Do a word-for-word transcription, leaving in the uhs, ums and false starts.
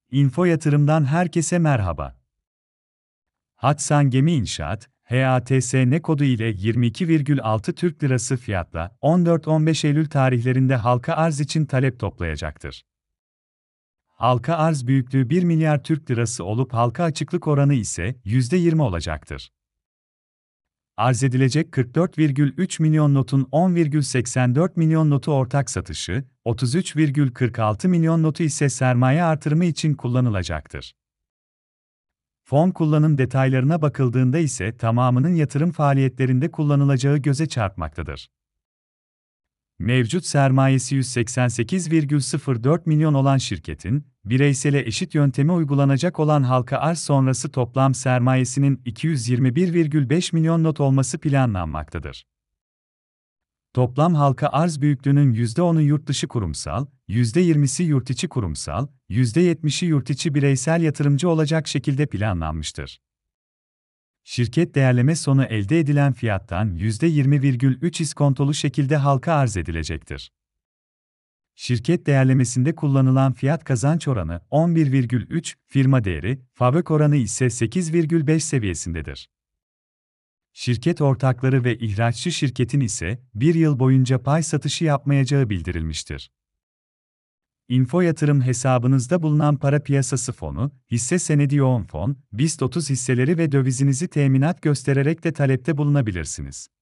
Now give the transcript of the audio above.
Info Yatırım'dan herkese merhaba. Hatsan Gemi İnşaat, H A T S N kodu ile yirmi iki virgül altı Türk Lirası fiyatla on dört on beş Eylül tarihlerinde halka arz için talep toplayacaktır. Halka arz büyüklüğü bir milyar Türk Lirası olup halka açıklık oranı ise yüzde yirmi olacaktır. Arz edilecek kırk dört virgül üç milyon notun on virgül seksen dört milyon notu ortak satışı, otuz üç virgül kırk altı milyon notu ise sermaye artırımı için kullanılacaktır. Fon kullanım detaylarına bakıldığında ise tamamının yatırım faaliyetlerinde kullanılacağı göze çarpmaktadır. Mevcut sermayesi yüz seksen sekiz virgül sıfır dört milyon olan şirketin, bireysele eşit yöntemi uygulanacak olan halka arz sonrası toplam sermayesinin iki yüz yirmi bir virgül beş milyon not olması planlanmaktadır. Toplam halka arz büyüklüğünün yüzde onu yurt dışı kurumsal, yüzde yirmisi yurt içi kurumsal, yüzde yetmişi yurt içi bireysel yatırımcı olacak şekilde planlanmıştır. Şirket değerleme sonu elde edilen fiyattan yüzde yirmi virgül üç iskontolu şekilde halka arz edilecektir. Şirket değerlemesinde kullanılan fiyat kazanç oranı on bir virgül üç, firma değeri, fabrik oranı ise sekiz virgül beş seviyesindedir. Şirket ortakları ve ihraççı şirketin ise bir yıl boyunca pay satışı yapmayacağı bildirilmiştir. Info Yatırım hesabınızda bulunan para piyasası fonu, hisse senedi yoğun fon, BIST otuz hisseleri ve dövizinizi teminat göstererek de talepte bulunabilirsiniz.